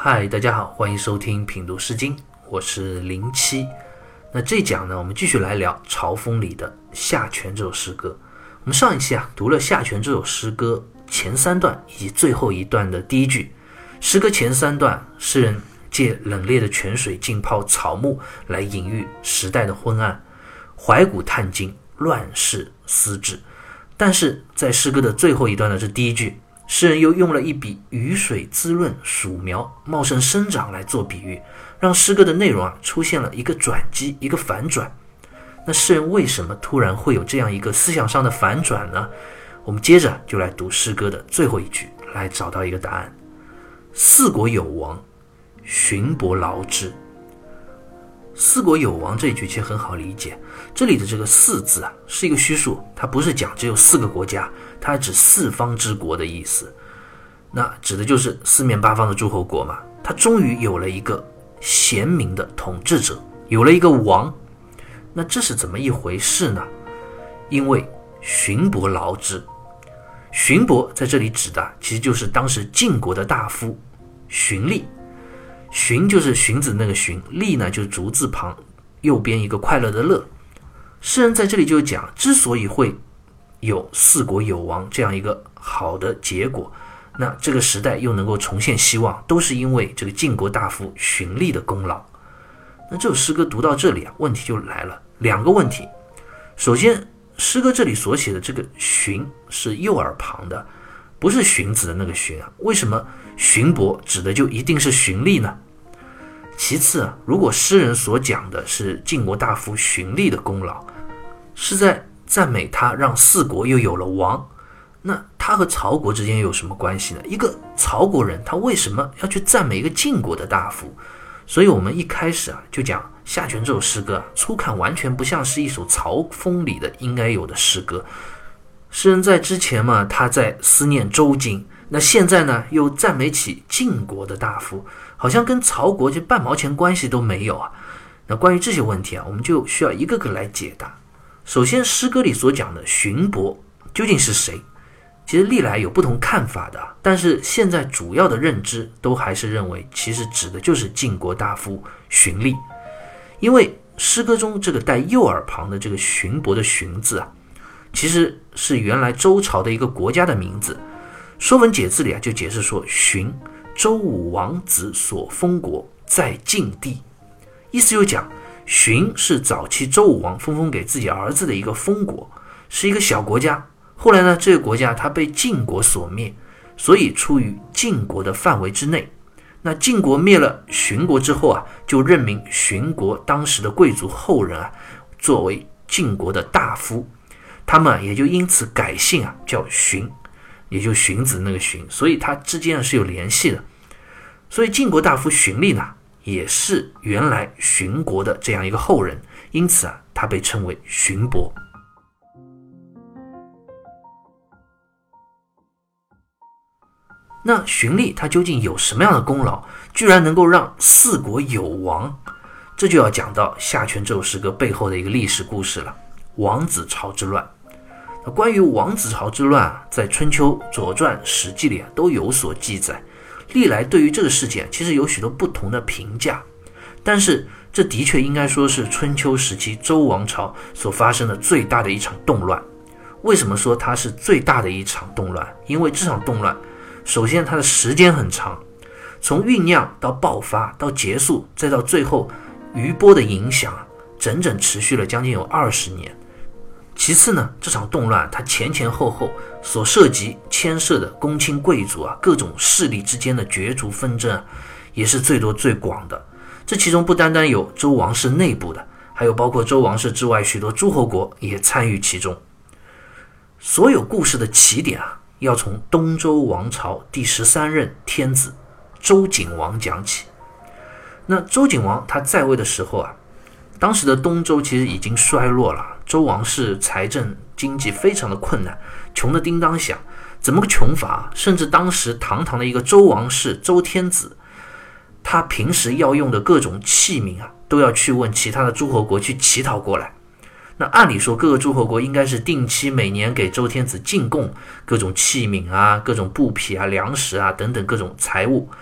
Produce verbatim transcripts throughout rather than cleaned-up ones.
嗨，大家好，欢迎收听品读诗经，我是零七。那这讲呢，我们继续来聊《朝风》里的《下泉》这首诗歌。我们上一期啊读了《下泉》这首诗歌前三段以及最后一段的第一句。诗歌前三段，诗人借冷冽的泉水浸泡草木来隐喻时代的昏暗，怀古探今，乱世思治。但是在诗歌的最后一段的这第一句，诗人又用了一笔雨水滋润薯苗茂盛生长来做比喻，让诗歌的内容啊出现了一个转机，一个反转。那诗人为什么突然会有这样一个思想上的反转呢？我们接着就来读诗歌的最后一句，来找到一个答案。四国有王，荀伯劳之。四国有王这一句其实很好理解，这里的这个四字啊是一个虚数，它不是讲只有四个国家，它指四方之国的意思。那指的就是四面八方的诸侯国嘛，它终于有了一个贤明的统治者，有了一个王。那这是怎么一回事呢？因为荀伯劳之。荀伯在这里指的其实就是当时晋国的大夫荀立。荀就是荀子那个荀，立呢就是竹字旁右边一个快乐的乐。诗人在这里就讲，之所以会有四国有王这样一个好的结果，那这个时代又能够重现希望，都是因为这个晋国大夫荀立的功劳。那这首诗歌读到这里啊，问题就来了，两个问题。首先，诗歌这里所写的这个荀是右耳旁的，不是荀子的那个荀啊，为什么荀伯指的就一定是荀立呢？其次啊，如果诗人所讲的是晋国大夫荀立的功劳，是在赞美他让四国又有了王，那他和曹国之间有什么关系呢？一个曹国人，他为什么要去赞美一个晋国的大夫？所以我们一开始啊就讲《下泉》这首诗歌啊，初看完全不像是一首曹风里的应该有的诗歌。诗人在之前嘛，他在思念周经，那现在呢又赞美起晋国的大夫，好像跟曹国就半毛钱关系都没有啊。那关于这些问题啊，我们就需要一个个来解答。首先，诗歌里所讲的荀伯究竟是谁？其实历来有不同看法的，但是现在主要的认知都还是认为，其实指的就是晋国大夫荀立。因为诗歌中这个带右耳旁的这个荀伯的荀字啊，其实是原来周朝的一个国家的名字。说文解字里啊就解释说，荀，周武王子所封国，在晋地。意思就讲，荀是早期周武王分封给自己儿子的一个封国，是一个小国家。后来呢，这个国家它被晋国所灭，所以处于晋国的范围之内。那晋国灭了荀国之后啊，就任命荀国当时的贵族后人啊，作为晋国的大夫。他们也就因此改姓啊，叫荀，也就荀子那个荀，所以他之间是有联系的。所以晋国大夫荀立呢，也是原来荀国的这样一个后人，因此啊，他被称为荀伯。那荀立他究竟有什么样的功劳，居然能够让四国有王？这就要讲到《下泉》这首诗歌背后的一个历史故事了——王子朝之乱。那关于王子朝之乱啊，在春秋、左传、史记里啊都有所记载。历来对于这个事件其实有许多不同的评价，但是这的确应该说是春秋时期周王朝所发生的最大的一场动乱。为什么说它是最大的一场动乱？因为这场动乱首先它的时间很长，从酝酿到爆发到结束，再到最后余波的影响，整整持续了将近有二十年。其次呢，这场动乱它前前后后所涉及牵涉的公卿贵族啊，各种势力之间的角逐纷争啊，也是最多最广的。这其中不单单有周王室内部的，还有包括周王室之外许多诸侯国也参与其中。所有故事的起点啊，要从东周王朝第十三任天子周景王讲起。那周景王他在位的时候啊，当时的东周其实已经衰落了，周王室财政经济非常的困难，穷得叮当响。怎么个穷法？甚至当时堂堂的一个周王室周天子，他平时要用的各种器皿啊，都要去问其他的诸侯国去乞讨过来。那按理说各个诸侯国应该是定期每年给周天子进贡各种器皿啊、各种布匹啊、粮食啊等等各种财物，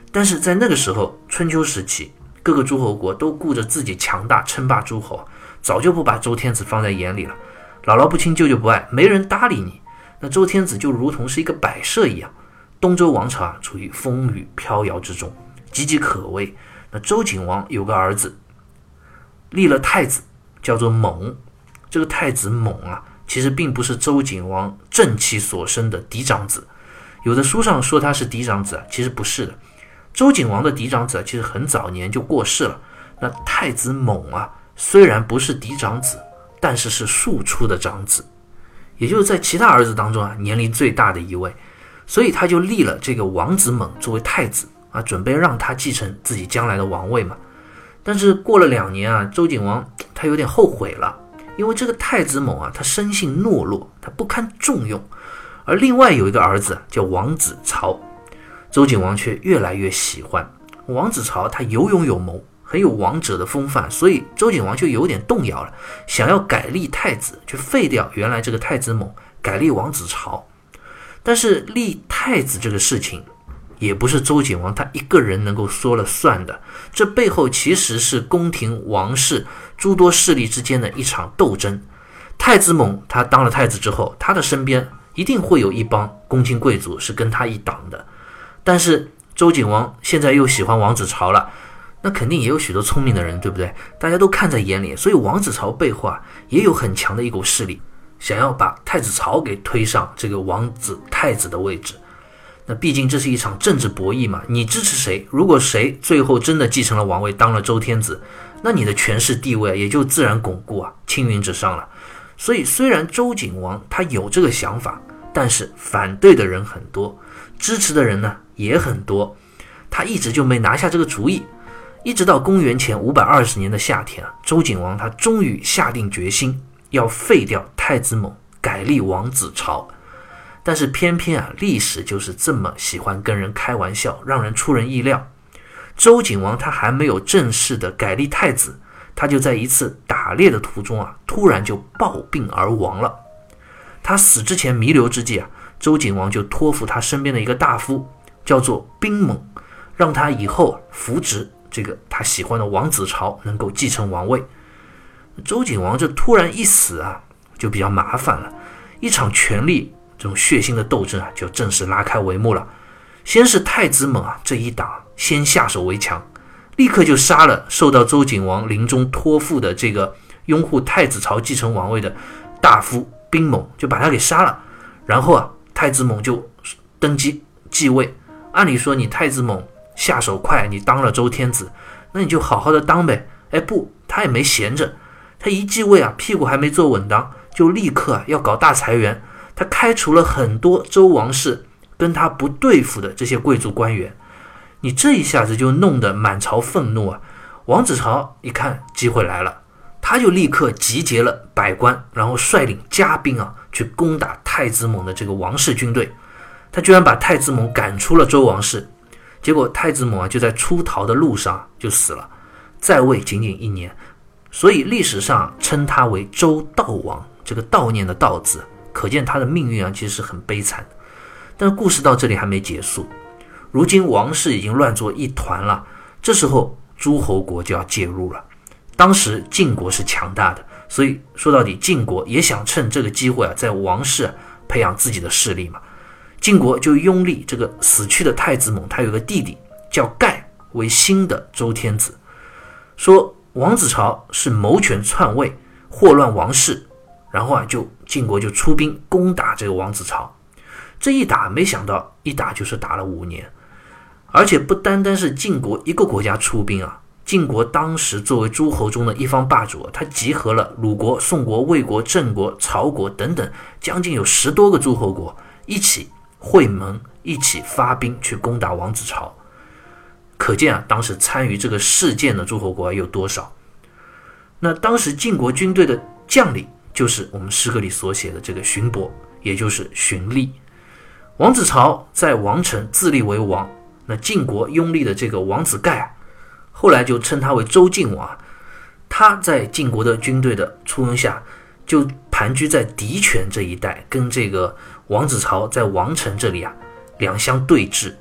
但是在那个时候，春秋时期，各个诸侯国都顾着自己强大称霸诸侯，早就不把周天子放在眼里了。姥姥不亲舅舅不爱，没人搭理你，那周天子就如同是一个摆设一样。东周王朝啊，处于风雨飘摇之中，岌岌可危。那周景王有个儿子，立了太子，叫做猛。这个太子猛啊，其实并不是周景王正妻所生的嫡长子。有的书上说他是嫡长子啊，其实不是的。周景王的嫡长子啊，其实很早年就过世了。那太子猛啊，虽然不是嫡长子，但是是庶出的长子，也就是在其他儿子当中啊，年龄最大的一位。所以他就立了这个王子猛作为太子啊，准备让他继承自己将来的王位嘛。但是过了两年啊，周景王他有点后悔了，因为这个太子猛啊，他生性懦弱，他不堪重用。而另外有一个儿子叫王子曹，周景王却越来越喜欢。王子曹他有勇有谋，很有王者的风范，所以周景王就有点动摇了，想要改立太子，去废掉原来这个太子猛，改立王子曹。但是立太子这个事情也不是周景王他一个人能够说了算的，这背后其实是宫廷王室诸多势力之间的一场斗争。太子猛他当了太子之后，他的身边一定会有一帮公卿贵族是跟他一党的，但是周景王现在又喜欢王子曹了，那肯定也有许多聪明的人，对不对？大家都看在眼里，所以王子曹背后啊也有很强的一股势力，想要把太子曹给推上这个王子太子的位置。那毕竟这是一场政治博弈嘛，你支持谁，如果谁最后真的继承了王位，当了周天子，那你的权势地位也就自然巩固啊，青云直上了。所以虽然周景王他有这个想法，但是反对的人很多，支持的人呢也很多，他一直就没拿下这个主意。一直到公元前五百二十年的夏天啊，周景王他终于下定决心要废掉太子猛，改立王子曹。但是偏偏啊，历史就是这么喜欢跟人开玩笑，让人出人意料。周景王他还没有正式的改立太子，他就在一次打猎的途中啊，突然就暴病而亡了。他死之前弥留之际啊，周景王就托付他身边的一个大夫，叫做兵猛，让他以后扶植这个他喜欢的王子曹能够继承王位。周景王这突然一死啊，就比较麻烦了，一场权力这种血腥的斗争啊，就正式拉开帷幕了。先是太子猛啊这一党先下手为强，立刻就杀了受到周景王临终托付的这个拥护太子曹继承王位的大夫兵猛，就把他给杀了。然后啊，太子猛就登基继位。按理说你太子猛下手快，你当了周天子，那你就好好的当呗。哎不，他也没闲着，他一继位啊，屁股还没坐稳当，就立刻啊要搞大裁员。他开除了很多周王室跟他不对付的这些贵族官员，你这一下子就弄得满朝愤怒啊！王子曹一看机会来了，他就立刻集结了百官，然后率领家兵啊去攻打太子猛的这个王室军队。他居然把太子猛赶出了周王室，结果太子猛啊就在出逃的路上就死了，在位仅仅一年，所以历史上称他为周悼王，这个悼念的悼字，可见他的命运啊其实是很悲惨的。但是故事到这里还没结束，如今王室已经乱作一团了，这时候诸侯国就要介入了。当时晋国是强大的，所以说到底晋国也想趁这个机会啊，在王室、啊、培养自己的势力嘛。晋国就拥立这个死去的太子猛，他有个弟弟叫盖为新的周天子，说王子曹是谋权篡位，祸乱王室，然后啊，就晋国就出兵攻打这个王子曹。这一打，没想到一打就是打了五年，而且不单单是晋国一个国家出兵啊，晋国当时作为诸侯中的一方霸主，他集合了鲁国、宋国、魏国、郑国、曹国等等，将近有十多个诸侯国一起会盟，一起发兵去攻打王子曹。可见啊，当时参与这个事件的诸侯国有多少。那当时晋国军队的将领就是我们诗歌里所写的这个荀伯，也就是荀立。王子曹在王城自立为王，那晋国拥立的这个王子盖啊，后来就称他为周晋王。他在晋国的军队的簇拥下，就盘踞在狄泉这一带，跟这个王子曹在王城这里啊两相对峙。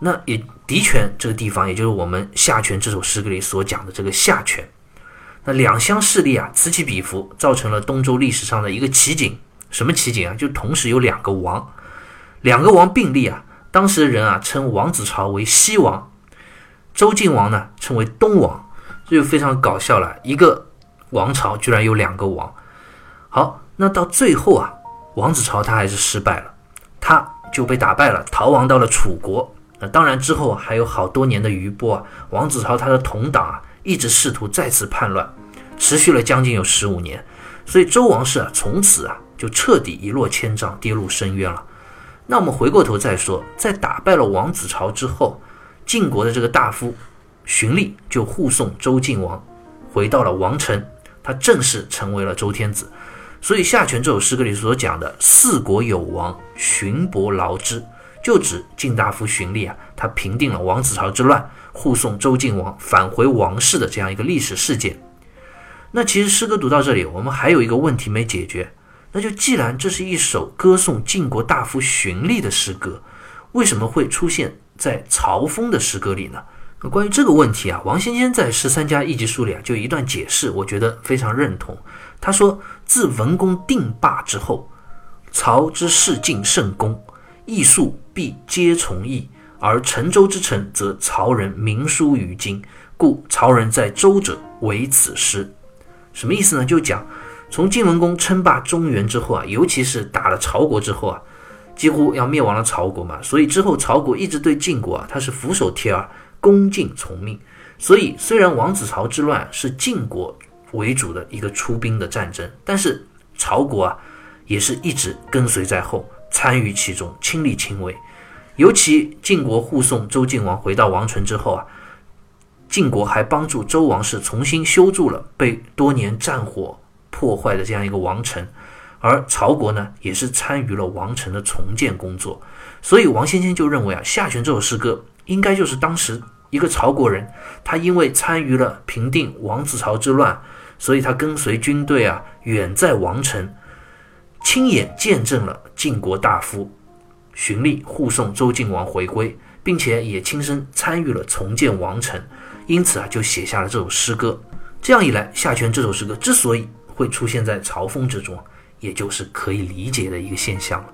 那也狄泉这个地方，也就是我们下泉这首诗歌里所讲的这个下泉。那两乡势力啊此起彼伏，造成了东周历史上的一个奇景。什么奇景啊？就同时有两个王，两个王并立啊。当时的人啊称王子朝为西王，周晋王呢称为东王，这就非常搞笑了。一个王朝居然有两个王。好，那到最后啊，王子朝他还是失败了，他就被打败了，逃亡到了楚国。那当然之后还有好多年的余波啊，王子朝他的同党啊一直试图再次叛乱，持续了将近有十五年。所以周王室啊从此啊就彻底一落千丈，跌入深渊了。那我们回过头再说，在打败了王子朝之后，晋国的这个大夫荀利就护送周晋王回到了王城，他正式成为了周天子。所以下泉这首诗歌里所讲的四国有王，荀伯劳之，就指晋大夫荀利啊，他平定了王子朝之乱，护送周晋王返回王室的这样一个历史事件。那其实诗歌读到这里，我们还有一个问题没解决，那就既然这是一首歌颂晋国大夫荀利的诗歌，为什么会出现在曹风的诗歌里呢？那关于这个问题啊，王先先在十三家一集书里啊就有一段解释，我觉得非常认同。他说，自文公定霸之后，曹之事尽甚功，艺术必皆从义，而陈州之臣则曹人明书于今，故曹人在周者为此诗。什么意思呢？就讲从晋文公称霸中原之后啊，尤其是打了曹国之后啊，几乎要灭亡了曹国嘛，所以之后曹国一直对晋国啊，他是俯首帖耳，恭敬从命。所以虽然王子朝之乱是晋国为主的一个出兵的战争，但是曹国啊也是一直跟随在后，参与其中，亲力亲为。尤其晋国护送周晋王回到王城之后啊，晋国还帮助周王室重新修筑了被多年战火破坏的这样一个王城，而曹国呢也是参与了王城的重建工作。所以王先先就认为啊，下泉这首诗歌应该就是当时一个曹国人，他因为参与了平定王子朝之乱，所以他跟随军队啊远在王城，亲眼见证了晋国大夫荀利护送周晋王回归，并且也亲身参与了重建王城，因此啊就写下了这首诗歌。这样一来，下泉这首诗歌之所以会出现在曹风之中，也就是可以理解的一个现象了。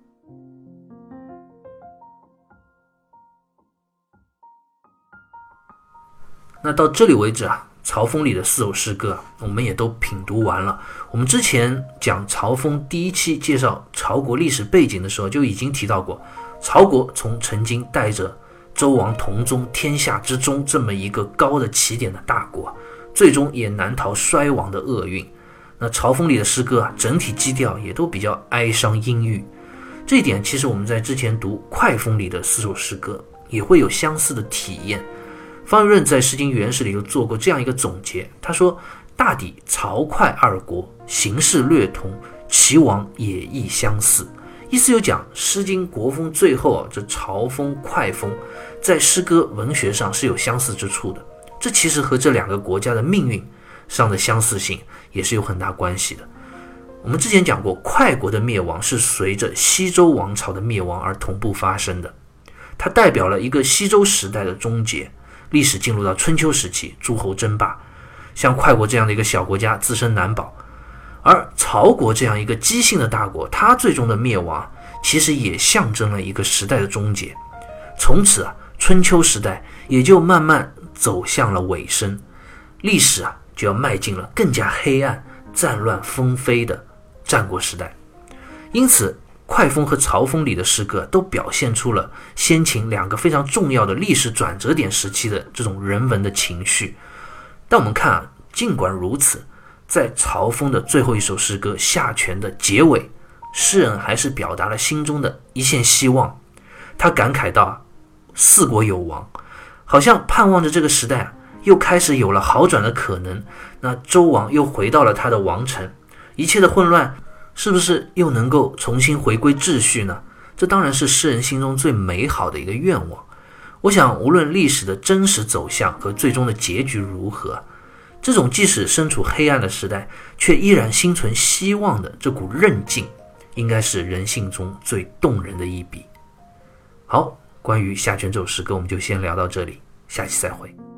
那到这里为止啊，曹风里的四首诗歌我们也都品读完了。我们之前讲曹风第一期介绍曹国历史背景的时候，就已经提到过，曹国从曾经带着周王同宗天下之中这么一个高的起点的大国，最终也难逃衰亡的厄运。那曹风里的诗歌啊，整体基调也都比较哀伤阴郁。这一点其实我们在之前读快风里的四首诗歌也会有相似的体验。方玉润在《诗经原始》里有做过这样一个总结，他说，大抵曹快二国形式略同，其王也亦相似。意思有讲，《诗经》国风最后啊，这曹风快风在诗歌文学上是有相似之处的，这其实和这两个国家的命运上的相似性也是有很大关系的。我们之前讲过，快国的灭亡是随着西周王朝的灭亡而同步发生的，它代表了一个西周时代的终结，历史进入到春秋时期，诸侯争霸，像快国这样的一个小国家自身难保。而曹国这样一个姬姓的大国，它最终的灭亡其实也象征了一个时代的终结。从此啊，春秋时代也就慢慢走向了尾声，历史啊就要迈进了更加黑暗、战乱纷飞的战国时代。因此快风和曹风里的诗歌都表现出了先秦两个非常重要的历史转折点时期的这种人文的情绪。但我们看啊，尽管如此，在曹风的最后一首诗歌《下泉》的结尾，诗人还是表达了心中的一线希望。他感慨到，四国有王，好像盼望着这个时代啊又开始有了好转的可能。那周王又回到了他的王城，一切的混乱是不是又能够重新回归秩序呢？这当然是诗人心中最美好的一个愿望。我想无论历史的真实走向和最终的结局如何，这种即使身处黑暗的时代却依然心存希望的这股韧劲，应该是人性中最动人的一笔。好， 关于下泉这首诗歌我们就先聊到这里，下期再会。